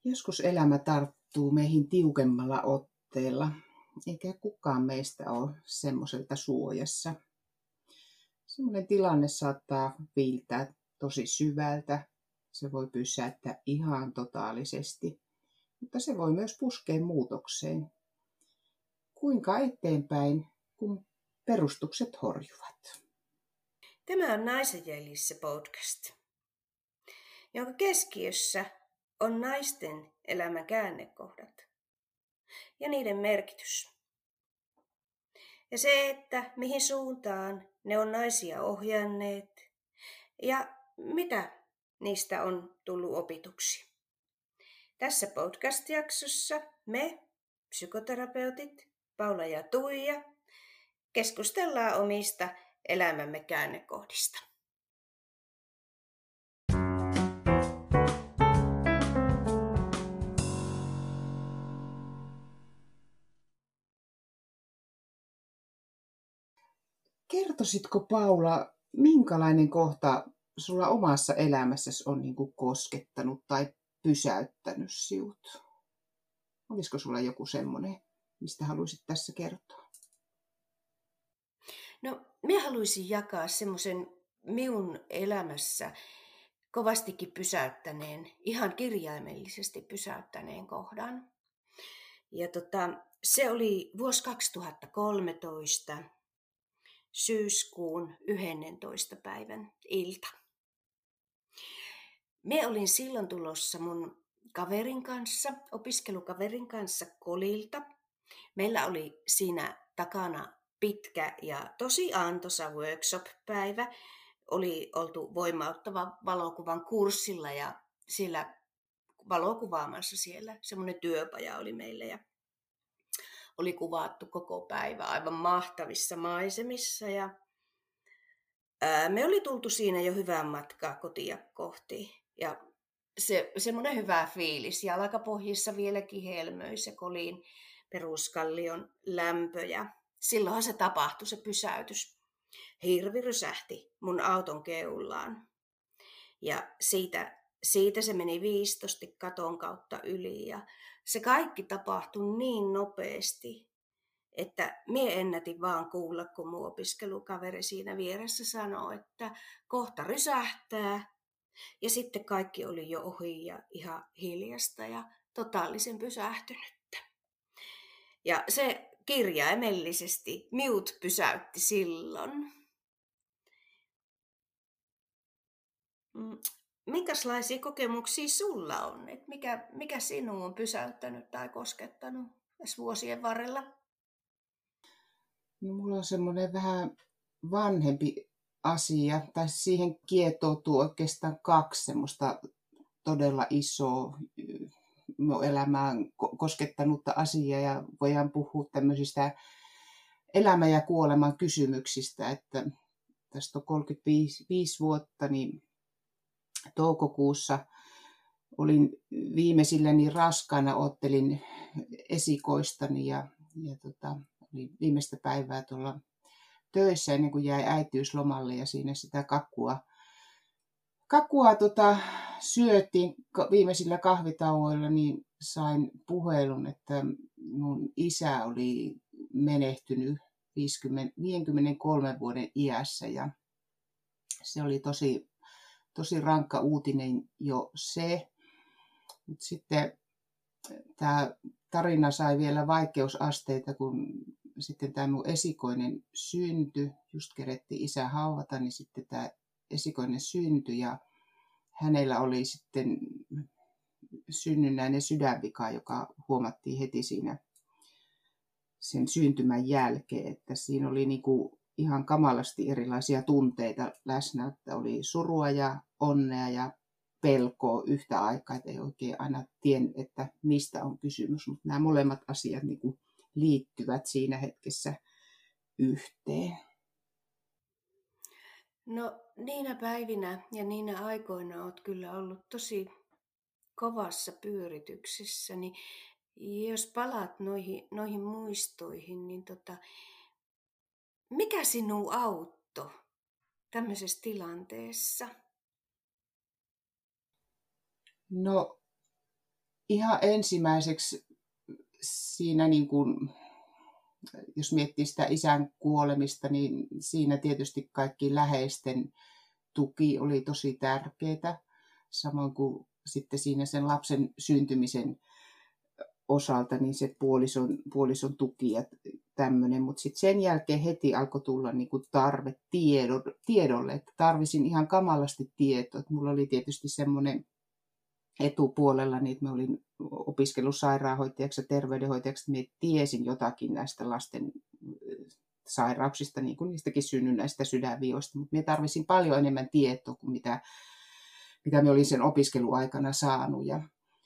Joskus elämä tarttuu meihin tiukemmalla otteella, eikä kukaan meistä ole semmoiselta suojassa. Semmoinen tilanne saattaa viiltää tosi syvältä. Se voi pysäyttää ihan totaalisesti, mutta se voi myös puskea muutokseen. Kuinka eteenpäin, kun perustukset horjuvat? Tämä on Naisen jäljissä podcast, jonka keskiössä on naisten elämän käännekohdat ja niiden merkitys. Ja se, että mihin suuntaan ne on naisia ohjanneet ja mitä niistä on tullut opituksi. Tässä podcast-jaksossa me, psykoterapeutit Paula ja Tuija, keskustellaan omista elämämme käännekohdista. Kertoisitko, Paula, minkälainen kohta sulla omassa elämässäsi on koskettanut tai pysäyttänyt sinut? Olisiko sulla joku semmoinen, mistä haluaisit tässä kertoa? No, minä haluaisin jakaa semmoisen minun elämässä kovastikin pysäyttäneen, ihan kirjaimellisesti pysäyttäneen kohdan. Ja se oli vuosi 2013, syyskuun 11. päivän ilta. Me olin silloin tulossa mun kaverin kanssa, opiskelukaverin kanssa Kolilta. Meillä oli siinä takana pitkä ja tosi antoisa workshop-päivä. Oli oltu voimauttava valokuvan kurssilla ja siellä valokuvaamassa siellä. Semmoinen työpaja oli meillä ja oli kuvattu koko päivä aivan mahtavissa maisemissa. Ja me oli tultu siinä jo hyvän matkaa kotia kohti. Ja semmoinen hyvä fiilis. Jalkapohjissa vieläkin helmöi se Kolin peruskallion lämpö. Ja silloinhan se tapahtui, se pysäytys. Hirvi rysähti mun auton keulaan. Ja siitä se meni viistosti katon kautta yli. Ja se kaikki tapahtui niin nopeasti, että mie ennätin vaan kuulla, kun mun opiskelukaveri siinä vieressä sanoi, että kohta rysähtää. Ja sitten kaikki oli jo ohi ja ihan hiljasta ja totaalisen pysähtynyttä. Ja se kirjaimellisesti minut pysäytti silloin. Minkälaisia kokemuksia sulla on? Et mikä sinua on pysäyttänyt tai koskettanut tässä vuosien varrella? No, mulla on semmoinen vähän vanhempi asia, tai siihen kietoutuu oikeastaan kaksi semmoista todella isoa elämään koskettanutta asiaa, ja voidaan puhua tämmöisistä elämä- ja kuoleman kysymyksistä, että tästä on 35 vuotta, niin toukokuussa olin viimeisilläni raskaana, odottelin esikoistani ja oli viimeistä päivää tuolla töissä ennen kuin jäi äitiyslomalle, ja siinä sitä kakkua syötiin viimeisillä kahvitauoilla, niin sain puhelun, että mun isä oli menehtynyt 53 vuoden iässä, ja se oli tosi rankka uutinen jo se. Mut sitten tämä tarina sai vielä vaikeusasteita, kun sitten tämä mun esikoinen syntyi. Just kerettiin isä hauvata, niin sitten tämä esikoinen syntyi, ja hänellä oli sitten synnynnäinen sydänvika, joka huomattiin heti siinä sen syntymän jälkeen, että siinä oli ihan kamalasti erilaisia tunteita läsnä, että oli surua ja onnea ja pelkoa yhtä aikaa, että ei oikein aina tiennyt, että mistä on kysymys, mutta nämä molemmat asiat liittyvät siinä hetkessä yhteen. No niinä päivinä ja niinä aikoina olet kyllä ollut tosi kovassa pyörityksessä, niin jos palaat noihin muistoihin, niin mikä sinua auttoi tämmöisessä tilanteessa? No ihan ensimmäiseksi siinä, niin kuin, jos miettii sitä isän kuolemista, niin siinä tietysti kaikki läheisten tuki oli tosi tärkeää, samoin kuin sitten siinä sen lapsen syntymisen osalta niin se puolison tuki ja tämmöinen, mutta sitten sen jälkeen heti alkoi tulla niinku tarve tiedolle, että tarvisin ihan kamalasti tietoa. Mulla oli tietysti semmoinen etupuolella, niin että mä olin opiskellut sairaanhoitajaksi ja terveydenhoitajaksi, että mä tiesin jotakin näistä lasten sairauksista, niin kuin niistäkin synnynnäistä sydänvioista, mutta mä tarvisin paljon enemmän tietoa kuin mitä mä olin sen opiskeluaikana saanut. Ja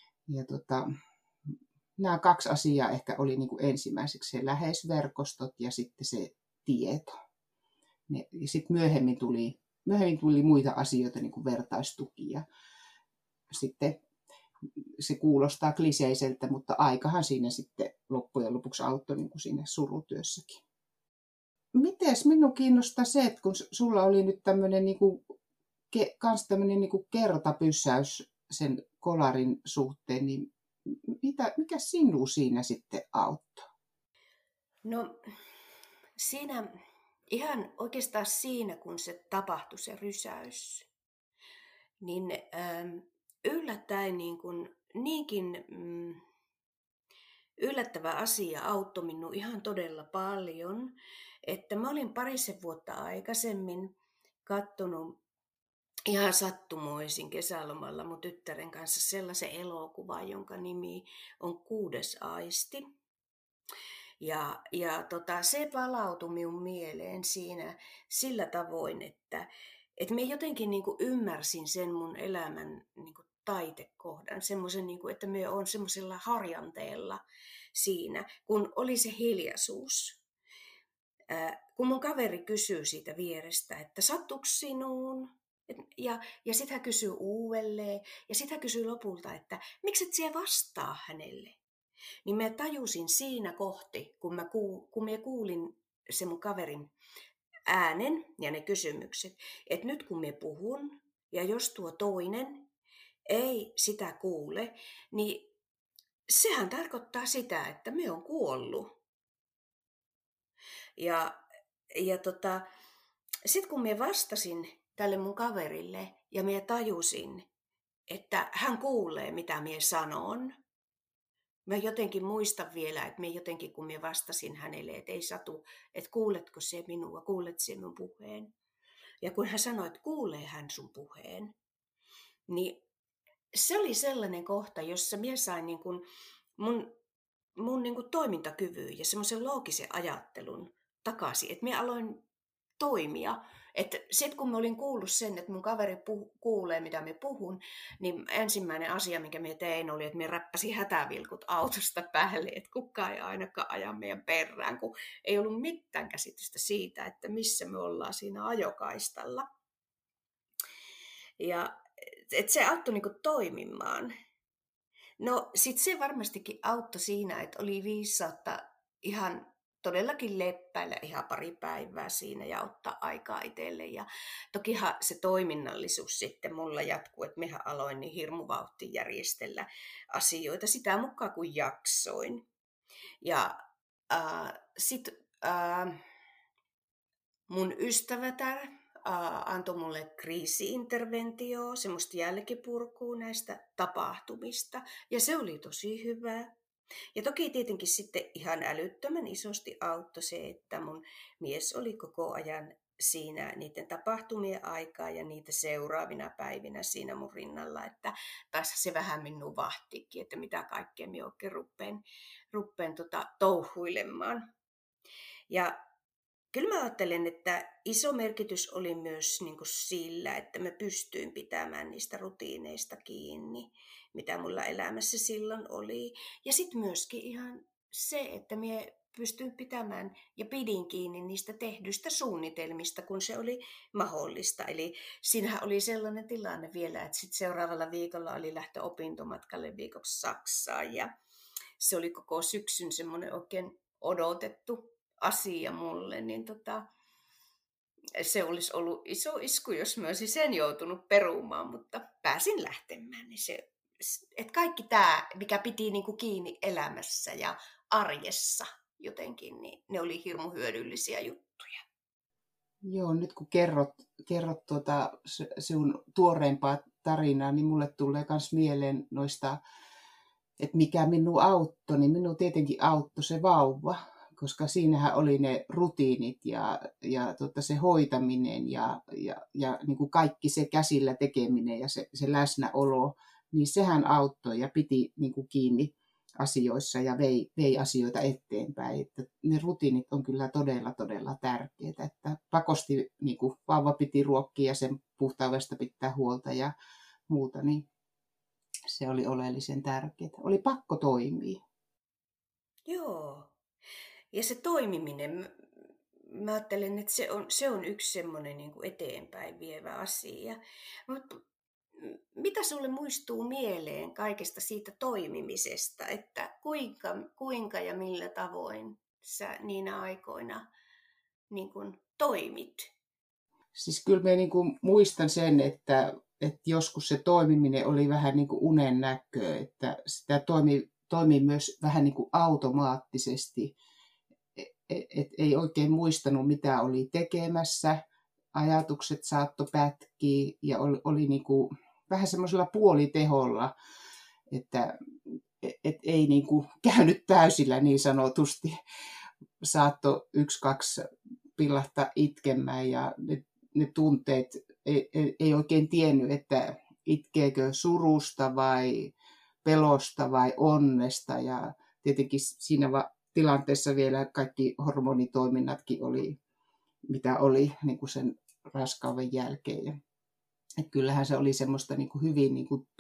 nämä kaksi asiaa ehkä oli niin kuin ensimmäiseksi se läheisverkostot ja sitten se tieto. Ja sitten myöhemmin tuli muita asioita, niin kuin vertaistuki. Ja sitten se kuulostaa kliseiseltä, mutta aikahan siinä sitten loppujen lopuksi auttoi niin kuin siinä surutyössäkin. Mites minua kiinnostaa se, että kun sulla oli nyt tämmöinen niin kuin kertapysäys sen kolarin suhteen, niin mikä sinua siinä sitten auttoi? No siinä, ihan oikeastaan siinä, kun se tapahtui se rysäys, niin yllättäen niinkin yllättävä asia auttoi minua ihan todella paljon, että mä olin parisen vuotta aikaisemmin katsonut ihan sattumoisin kesälomalla mun tyttären kanssa sellaisen elokuvan, jonka nimi on Kuudes aisti. Se palautui minun mieleen siinä sillä tavoin, että mä jotenkin ymmärsin sen mun elämän taitekohdan, semmoisen, että mä oon semmoisella harjanteella siinä, kun oli se hiljaisuus. Kun mun kaveri kysyy siitä vierestä, että sattuuko sinuun? Ja sitten hän kysyy uudelleen, ja sitten hän kysyy lopulta, että miksi et sinä vastaa hänelle? Niin mä tajusin siinä kohti, kun mä kuulin sen mun kaverin äänen ja ne kysymykset, että nyt kun mä puhun, ja jos tuo toinen ei sitä kuule, niin sehän tarkoittaa sitä, että mä oon kuollut. Sitten kun mä vastasin tälle mun kaverille ja mä tajusin, että hän kuulee mitä mä sanon, mä jotenkin muistan vielä, että kun mä vastasin hänelle, että ei Satu, että kuuletko se minua, kuulet se minun puheen. Ja kun hän sanoi, että kuulee hän sun puheen, niin se oli sellainen kohta, jossa mä sain mun toimintakyvyn ja semmoisen loogisen ajattelun takaisin, että mä aloin toimia. Että sitten kun mä olin kuullut sen, että mun kaveri kuulee, mitä mä puhun, niin ensimmäinen asia, minkä mä tein, oli, että mä räppäsin hätävilkut autosta päälle, että kukaan ei ainakaan aja meidän perään, kun ei ollut mitään käsitystä siitä, että missä me ollaan siinä ajokaistalla. Ja että se auttoi toimimaan. No sitten se varmastikin auttoi siinä, että oli viisautta ihan todellakin leppäillä ihan pari päivää siinä ja ottaa aikaa itselle. Ja tokihan se toiminnallisuus sitten mulla jatkuu, että mehän aloin niin hirmu vauhtiin järjestellä asioita sitä mukaan kuin jaksoin. Ja sitten mun ystävätär antoi mulle kriisi-interventio, semmoista jälkipurkua näistä tapahtumista. Ja se oli tosi hyvä. Ja toki tietenkin sitten ihan älyttömän isosti auttoi se, että mun mies oli koko ajan siinä niiden tapahtumien aikaa ja niitä seuraavina päivinä siinä mun rinnalla, että taisi se vähän minun vahtikin, että mitä kaikkea minä oikein ruppeen touhuilemaan. Ja kyllä mä ajattelen, että iso merkitys oli myös sillä, että mä pystyin pitämään niistä rutiineista kiinni, mitä mulla elämässä silloin oli. Ja sitten myöskin ihan se, että mä pystyin pitämään ja pidin kiinni niistä tehdyistä suunnitelmista, kun se oli mahdollista. Eli siinähän oli sellainen tilanne vielä, että sitten seuraavalla viikolla oli lähtö opintomatkalle viikoksi Saksaan. Ja se oli koko syksyn semmoinen oikein odotettu asia mulle, niin se olisi ollut iso isku, jos mä olisin sen joutunut perumaan, mutta pääsin lähtemään, niin että kaikki tämä, mikä piti niin kuin kiinni elämässä ja arjessa jotenkin, niin ne oli hirmu hyödyllisiä juttuja. Joo, nyt kun kerrot sinun tuoreempaa tarinaa, niin mulle tulee myös mieleen noista, että mikä minun auttoi, niin minun tietenkin auttoi se vauva, koska siinähän oli ne rutiinit ja se hoitaminen ja niin kuin kaikki se käsillä tekeminen ja se läsnäolo, niin sehän auttoi ja piti niin kuin kiinni asioissa ja vei asioita eteenpäin. Että ne rutiinit on kyllä todella, todella tärkeitä. Että pakosti niin kuin vauva piti ruokkia ja sen puhtaudesta pitää huolta ja muuta, niin se oli oleellisen tärkeää. Oli pakko toimia. Joo. Ja se toimiminen, mä ajattelen, että se on yksi semmoinen niin kuin eteenpäin vievä asia. Mutta mitä sulle muistuu mieleen kaikesta siitä toimimisesta, että kuinka ja millä tavoin sä niinä aikoina niin kuin toimit? Siis kyllä mä niin kuin muistan sen, että joskus se toimiminen oli vähän niin kuin unen näköä, että sitä toimi myös vähän niin kuin automaattisesti. Et ei oikein muistanut, mitä oli tekemässä. Ajatukset saattoi pätkiä ja oli niin kuin vähän semmoisella puoliteholla, että ei niin kuin käynyt täysillä niin sanotusti. Saattoi 1-2 pillahtaa itkemään ja ne tunteet ei oikein tiennyt, että itkeekö surusta vai pelosta vai onnesta. Ja tietenkin siinä tilanteessa vielä kaikki hormonitoiminnatkin oli, mitä oli niin kuin sen raskauden jälkeen. Ja kyllähän se oli semmoista niin kuin hyvin niin kuin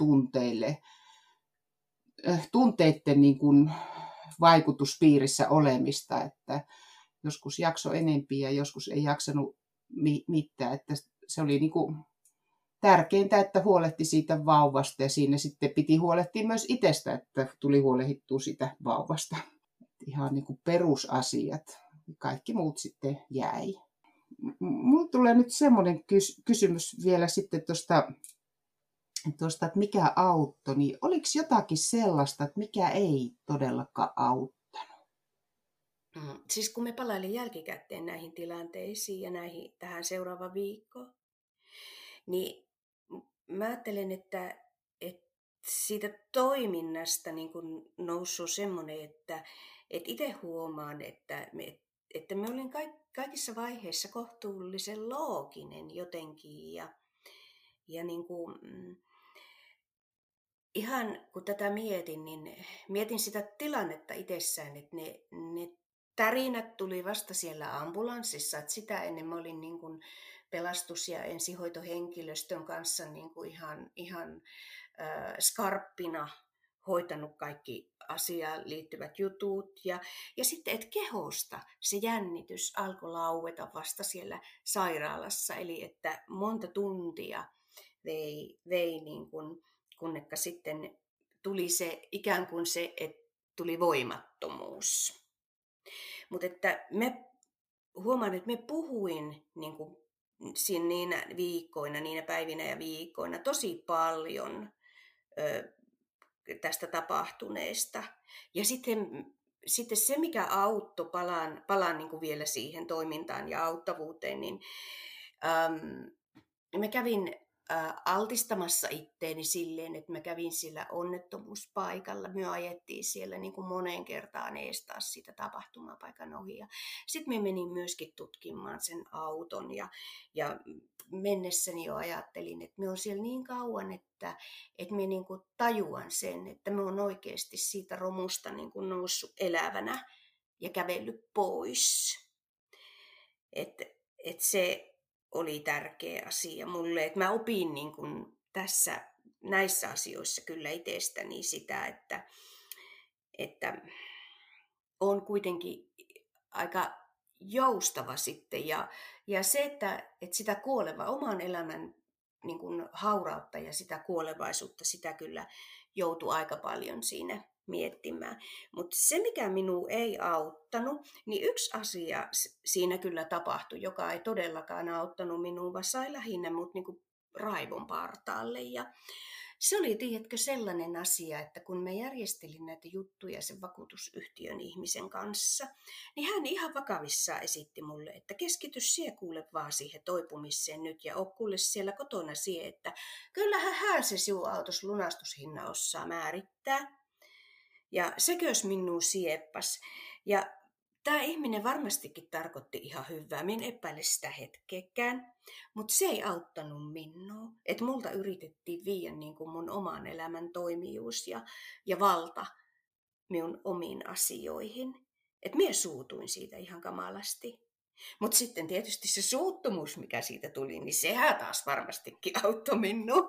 tunteiden niin kuin vaikutuspiirissä olemista, että joskus jakso enempi ja joskus ei jaksanut mitään. Että se oli niin kuin tärkeintä, että huolehti siitä vauvasta ja siinä sitten piti huolehtia myös itsestä, että tuli huolehdittua siitä vauvasta. Ihan niin kuin perusasiat. Kaikki muut sitten jäi. Mulle tulee nyt semmoinen kysymys vielä sitten tuosta, että mikä auttoi, niin oliko jotakin sellaista, että mikä ei todellakaan auta? Siis kun me palailin jälkikäteen näihin tilanteisiin ja tähän seuraavaan viikkoon, niin mä ajattelen, että siitä toiminnasta niin kun noussut semmoinen, että itse huomaan, että me olin kaikissa vaiheissa kohtuullisen looginen jotenkin ja niin kuin, ihan kun tätä mietin, niin mietin sitä tilannetta itsessään, että ne tärinät tuli vasta siellä ambulanssissa, että sitä ennen mä olin niin kuin pelastus- ja ensihoitohenkilöstön kanssa niin kuin ihan skarppina hoitanut kaikki asiaan liittyvät jutut. Ja sitten, että kehosta se jännitys alkoi laueta vasta siellä sairaalassa, eli että monta tuntia vei niin kuin, kunnekka sitten tuli se ikään kuin se, että tuli voimattomuus. Mutta että huomaan, että me puhuin niin kuin niinä viikkoina, niinä päivinä ja viikkoina tosi paljon tästä tapahtuneesta. Ja sitten se, mikä auttoi, palaan niin kuin vielä siihen toimintaan ja auttavuuteen, niin mä kävin altistamassa itteeni silleen, että mä kävin sillä onnettomuuspaikalla. Me ajettiin siellä niin kuin moneen kertaan ees taas sitä tapahtumapaikan ohi. Sitten me menin myöskin tutkimaan sen auton ja mennessäni jo ajattelin, että me on siellä niin kauan, että me niin kuin tajuan sen, että me on oikeasti siitä romusta niin kuin noussut elävänä ja kävellyt pois. Että se oli tärkeä asia mulle, että mä opin niin kuin näissä asioissa kyllä itsestäni sitä, että on kuitenkin aika joustava sitten ja se, että sitä oman elämän niin kuin haurautta ja sitä kuolevaisuutta, sitä kyllä joutui aika paljon siinä miettimään. Mutta se, mikä minua ei auttanut, niin yksi asia siinä kyllä tapahtui, joka ei todellakaan auttanut minua, vaan sai lähinnä mut niin kuin raivon partaalle. se oli, tiedätkö, sellainen asia, että kun me järjestelin näitä juttuja sen vakuutusyhtiön ihmisen kanssa, niin hän ihan vakavissaan esitti mulle, että keskity sie kuule vaan siihen toipumiseen nyt ja oo kuule siellä kotona sie, että kyllähän hän se sinun autos lunastushinnan osaa määrittää. Ja sekös minun sieppas. Ja tämä ihminen varmastikin tarkoitti ihan hyvää. Minä en epäile sitä hetkeäkään. Mutta se ei auttanut minua. Että multa yritettiin viedä niin kuin mun oman elämän toimijuus ja valta minun omiin asioihin. Että minä suutuin siitä ihan kamalasti. Mutta sitten tietysti se suuttumus, mikä siitä tuli, niin sehän taas varmastikin auttoi minua.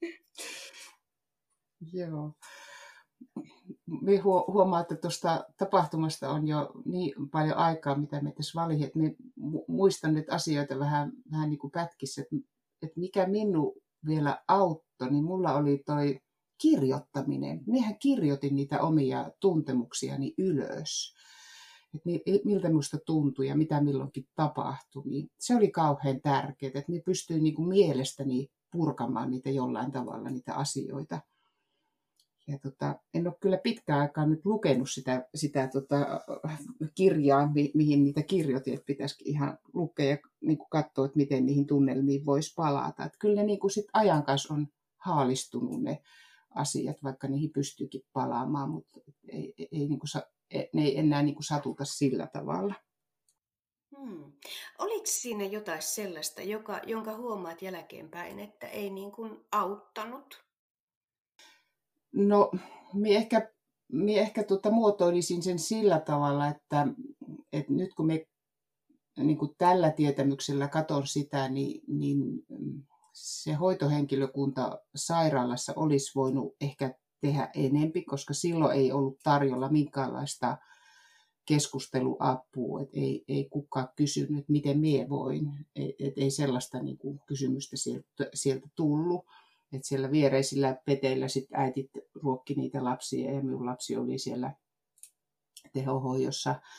Joo. Me huomaa, että tuosta tapahtumasta on jo niin paljon aikaa, mitä me tässä valihin, että me muistan nyt asioita vähän niin kuin pätkissä, että mikä minun vielä auttoi, niin mulla oli toi kirjoittaminen. Minähän kirjoitin niitä omia tuntemuksiani ylös, että miltä minusta tuntui ja mitä milloinkin tapahtui. Niin se oli kauhean tärkeää, että me pystyin niin kuin mielestäni purkamaan niitä jollain tavalla, niitä asioita. Ja en ole kyllä pitkään aikaa nyt lukenut sitä kirjaa, mihin niitä kirjoitin, että pitäisikin ihan lukea ja niin kuin katsoa, että miten niihin tunnelmiin voisi palata. Että kyllä ne niin kuin sit ajan kanssa on haalistunut ne asiat, vaikka niihin pystyykin palaamaan, mutta ne ei enää niin kuin satuta sillä tavalla. Oliko siinä jotain sellaista, jonka huomaat jälkeenpäin, että ei niin kuin auttanut? No, minä ehkä muotoilisin sen sillä tavalla, että nyt kun me niin kuin tällä tietämyksellä katson sitä, niin se hoitohenkilökunta sairaalassa olisi voinut ehkä tehdä enempi, koska silloin ei ollut tarjolla minkäänlaista keskusteluapua, että ei kukaan kysynyt, miten minä voin, ei sellaista niin kuin kysymystä sieltä tullut. Että siellä viereisillä peteillä sit äitit ruokki niitä lapsia ja minun lapsi oli siellä tehohoidossa.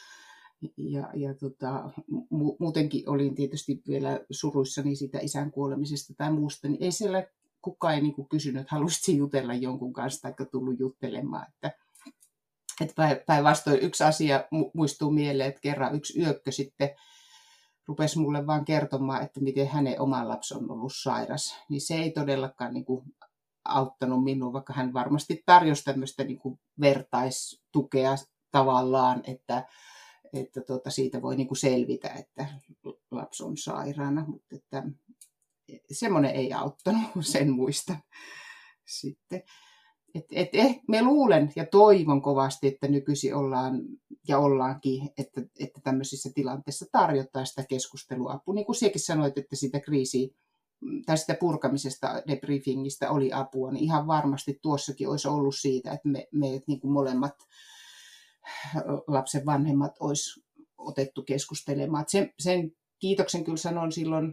Muutenkin olin tietysti vielä suruissani siitä isän kuolemisesta tai muusta, niin ei siellä kukaan ei niin kysynyt, että haluaisitko jutella jonkun kanssa tai tullut juttelemaan. Että päinvastoin yksi asia muistuu mieleen, että kerran yksi yökkö sitten rupesi mulle vaan kertomaan, että miten hänen oma lapsi on ollut sairas. Niin se ei todellakaan niin kuin auttanut minua, vaikka hän varmasti tarjosi tämmöistä niin kuin vertaistukea tavallaan, että siitä voi niin kuin selvitä, että lapsi on sairaana. Mutta että semmoinen ei auttanut, sen muista sitten. Me luulen ja toivon kovasti, että nykyisin ollaan ja ollaankin, että tämmöisissä tilanteissa tarjotaan sitä keskusteluapua. Niin kuin sinäkin sanoit, että siitä tai sitä purkamisesta, debriefingistä oli apua, niin ihan varmasti tuossakin olisi ollut siitä, että me niin kuin molemmat lapsen vanhemmat olisi otettu keskustelemaan. Sen kiitoksen kyllä sanon silloin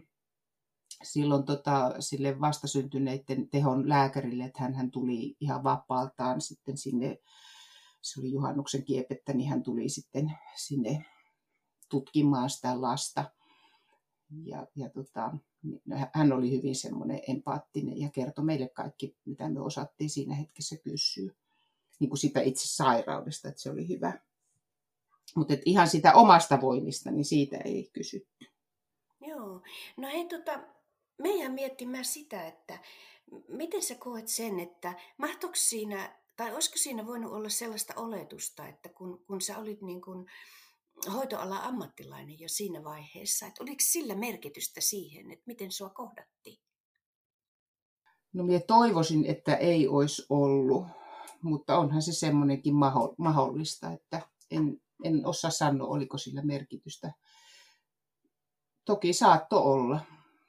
sille vastasyntyneiden tehon lääkärille, että hän tuli ihan vapaaltaan sitten sinne, se oli juhannuksen kiepettä, niin hän tuli sitten sinne tutkimaan sitä lasta. Hän oli hyvin semmoinen empaattinen ja kertoi meille kaikki, mitä me osattiin siinä hetkessä kysyä. Niin kuin sitä itse sairaudesta, että se oli hyvä. Mutta ihan sitä omasta voinnista, niin siitä ei kysytty. Joo. No hei, meidän miettimään sitä, että miten sä koet sen, että mahtoiko siinä, tai olisiko siinä voinut olla sellaista oletusta, että kun sä olit niin kuin hoitoalan ammattilainen jo siinä vaiheessa, että oliko sillä merkitystä siihen, että miten sua kohdattiin? No minä toivoisin, että ei olisi ollut, mutta onhan se semmoinenkin mahdollista, että en osaa sanoa, oliko sillä merkitystä. Toki saattoi olla.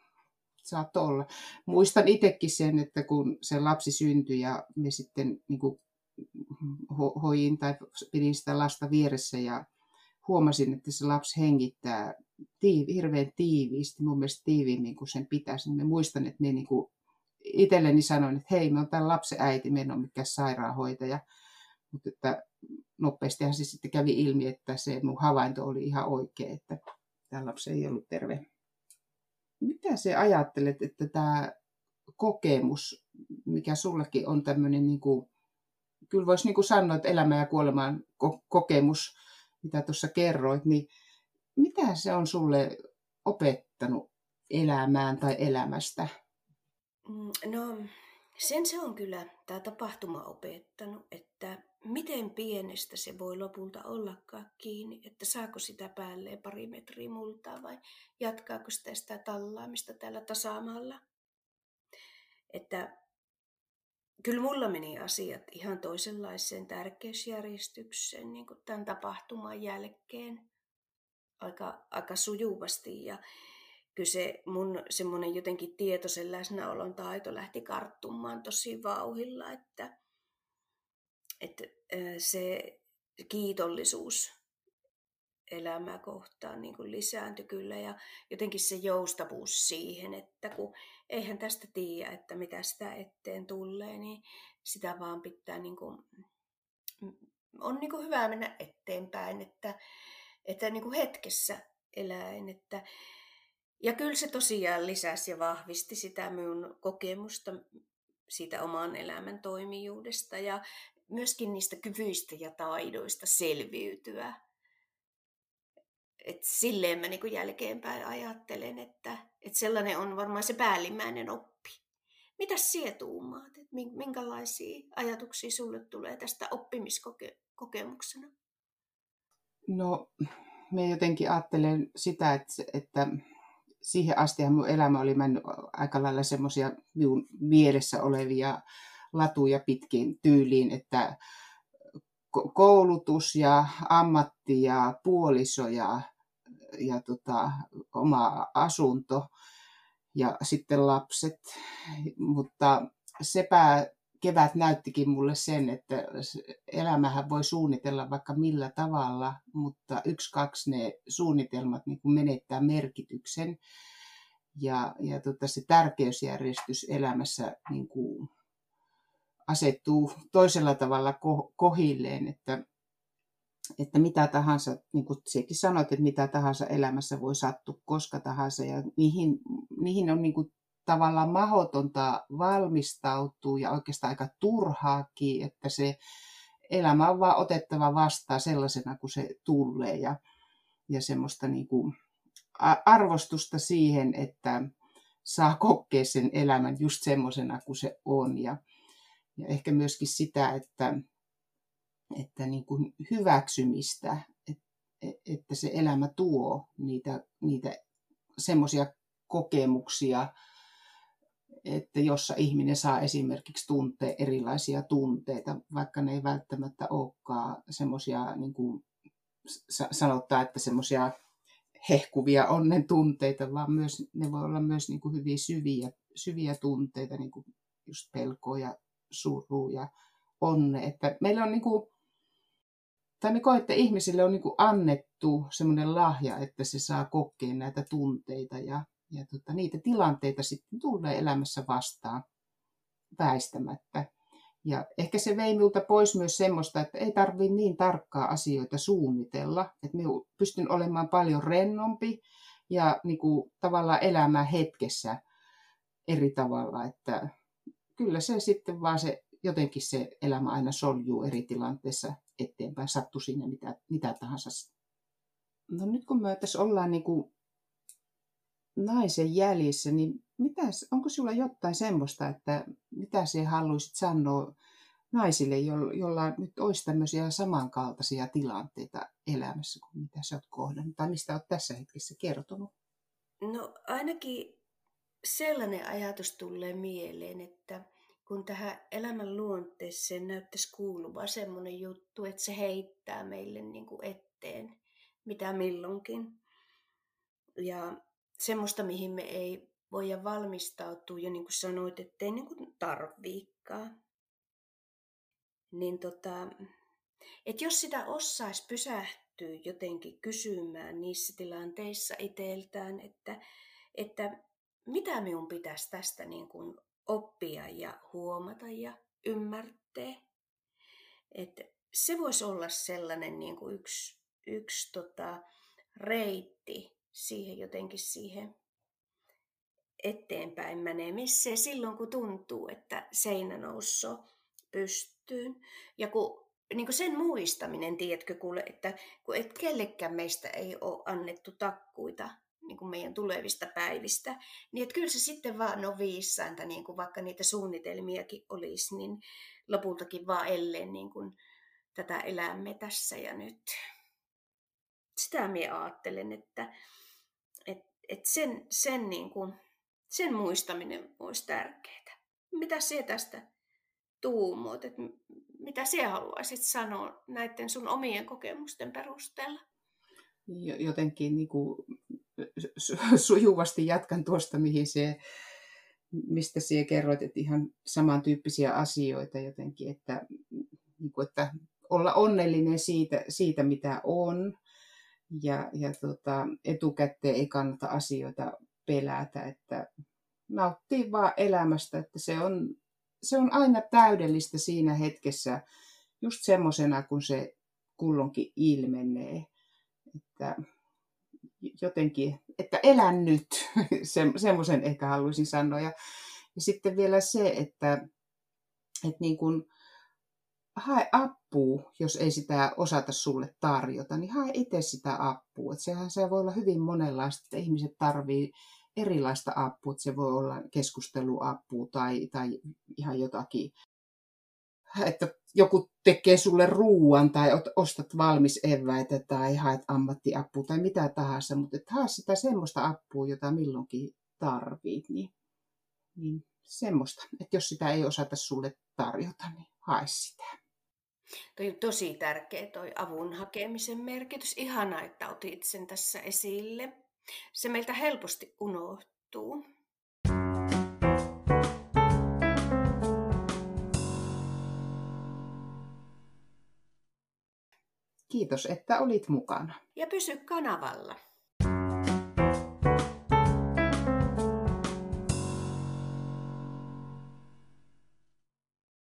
Muistan itsekin sen, että kun se lapsi syntyi ja me sitten niin kuin hoidin tai pidin sitä lasta vieressä ja huomasin, että se lapsi hengittää hirveän tiiviisti, mun mielestä tiiviimmin kuin sen pitäisi. Niin mä muistan, että me niin kuin itselleni sanoin, että hei, me on tämän lapsen äiti, me en ole mikään sairaanhoitaja. Mutta että nopeastihan se sitten kävi ilmi, että se mun havainto oli ihan oikea, että tämä lapsi ei ollut terve. Mitä sä ajattelet, että tämä kokemus mikä sullekin on tämmöinen, niin kuin, kyllä voisi niin kuin sanoa, että elämä ja kuoleman kokemus, mitä tuossa kerroit, niin mitä se on sulle opettanut elämään tai elämästä? No, sen se on kyllä tämä tapahtuma opettanut, että miten pienestä se voi lopulta ollakaan kiinni, että saako sitä päälleen pari metriä multaa vai jatkaako sitä tallaamista täällä tasamaalla. Että kyllä mulla meni asiat ihan toisenlaiseen tärkeysjärjestykseen niin kuin tämän tapahtuman jälkeen aika sujuvasti. Ja kyllä se mun semmoinen jotenkin tietoisen läsnäolon taito lähti karttumaan tosi vauhdilla, että se kiitollisuus elämää kohtaan niin kuin lisääntyi kyllä ja jotenkin se joustavuus siihen, että kun eihän tästä tiedä, että mitä sitä eteen tulee, niin sitä vaan pitää niin kuin, on niin kuin hyvä mennä eteenpäin, että niin kuin hetkessä eläen, ja kyllä se tosiaan lisäsi ja vahvisti sitä minun kokemusta siitä oman elämän toimijuudesta ja myöskin niistä kyvyistä ja taidoista selviytyä. Et silleen mä niin jälkeenpäin ajattelen, että sellainen on varmaan se päällimmäinen oppi. Mitäs sinä tuumaat? Minkälaisia ajatuksia sulle tulee tästä oppimiskokemuksena? No, me jotenkin ajattelen sitä, että siihen asti mun elämä oli mennyt aika lailla semmoisia minun mielessä olevia latuja pitkin tyyliin, että koulutus ja ammatti ja puoliso ja oma asunto ja sitten lapset. Mutta sepä kevät näyttikin mulle sen, että elämähän voi suunnitella vaikka millä tavalla, mutta kaksi ne suunnitelmat niin kuin menettää merkityksen. Ja se tärkeysjärjestys elämässä niin kuin asettuu toisella tavalla kohilleen, että mitä tahansa, niin kuin sinäkin sanoit, että mitä tahansa elämässä voi sattua koska tahansa, ja niihin on niin kuin tavallaan mahdotonta valmistautua ja oikeastaan aika turhaakin, että se elämä on vaan otettava vastaan sellaisena kuin se tulee, ja semmoista niin kuin arvostusta siihen, että saa kokea sen elämän just semmoisena kuin se on, ja ehkä myöskin sitä, että niin kuin hyväksymistä, että se elämä tuo niitä semmoisia kokemuksia, että jossa ihminen saa esimerkiksi tuntea erilaisia tunteita, vaikka ne ei välttämättä olekaan semmoisia, niin kuin sanotaan, että semmoisia hehkuvia onnen tunteita, vaan myös, ne voi olla myös niin kuin hyvin syviä tunteita, niin kuin just pelkoa ja surua ja onne. Että meillä on niin kuin, tai me koemme, että ihmisille on niin kuin annettu semmoinen lahja, että se saa kokea näitä tunteita ja niitä tilanteita sitten tulee elämässä vastaan väistämättä. Ja ehkä se vei minulta pois myös semmoista, että ei tarvitse niin tarkkaa asioita suunnitella. Että minä pystyn olemaan paljon rennompi ja niin kuin tavallaan elämään hetkessä eri tavalla. Että kyllä se sitten vaan jotenkin se elämä aina soljuu eri tilanteissa eteenpäin, sattuu sinne mitä tahansa. No nyt kun me tässä ollaan niin kuin naisen jäljissä, niin onko sinulla jotain semmoista, että mitä sinä haluaisit sanoa naisille, jolla nyt olisi tämmöisiä samankaltaisia tilanteita elämässä kuin mitä sinä olet kohdannut, tai mistä olet tässä hetkessä kertonut? No ainakin sellainen ajatus tulee mieleen, että kun tähän elämän luonteeseen näyttäisi kuuluva semmoinen juttu, että se heittää meille niin kuin eteen mitä milloinkin. Ja semmoista, mihin me ei voida valmistautua, ja niin kuin sanoit, ettei niin kuin tarviikaan. Niin että jos sitä osaisi pysähtyä jotenkin kysymään niissä tilanteissa itseltään, että mitä minun pitäisi tästä niin kuin oppia ja huomata ja ymmärtää. Että se voisi olla sellainen niin kuin yksi reitti siihen jotenkin siihen eteenpäin menemiseen silloin, kun tuntuu, että seinä nousee pystyyn. Ja kun, niin kuin sen muistaminen, tiedätkö, kuule, että kun et kellekään meistä ei ole annettu takkuita niin kuin meidän tulevista päivistä, niin että kyllä se sitten vaan on viisainta, niin kuin vaikka niitä suunnitelmiakin olisi, niin lopultakin vaan elleen niin kuin tätä elämme tässä ja nyt. Sitä minä ajattelen, että sen muistaminen olisi tärkeää. Mitä sinä tästä tuumoit? Mitä sinä haluaisit sanoa näiden sun omien kokemusten perusteella? Jotenkin niin kuin sujuvasti jatkan tuosta, mistä sinä kerroit, että ihan samantyyppisiä asioita jotenkin, että olla onnellinen siitä mitä on. Ja etukäteen ei kannata asioita pelätä, että nauttii vaan elämästä, että se on aina täydellistä siinä hetkessä, just semmoisena, kun se kulloinkin ilmenee. Että jotenkin, että elän nyt, semmoisen ehkä haluaisin sanoa. Ja sitten vielä se, että niin kuin hae apua, jos ei sitä osata sulle tarjota, niin hae itse sitä apua. Että se voi olla hyvin monenlaista, että ihmiset tarvii erilaista apua. Että se voi olla keskusteluapua tai ihan jotakin, että joku tekee sulle ruuan tai ostat valmis eväitä tai haet ammattiapua tai mitä tahansa, mutta että hae sitä semmoista apua, jota milloinkin tarvit, niin semmoista, että jos sitä ei osata sulle tarjota, niin hae sitä. Toi on tosi tärkeä toi avun hakemisen merkitys. Ihanaa, että otit sen tässä esille. Se meiltä helposti unohtuu. Kiitos, että olit mukana. Ja pysy kanavalla.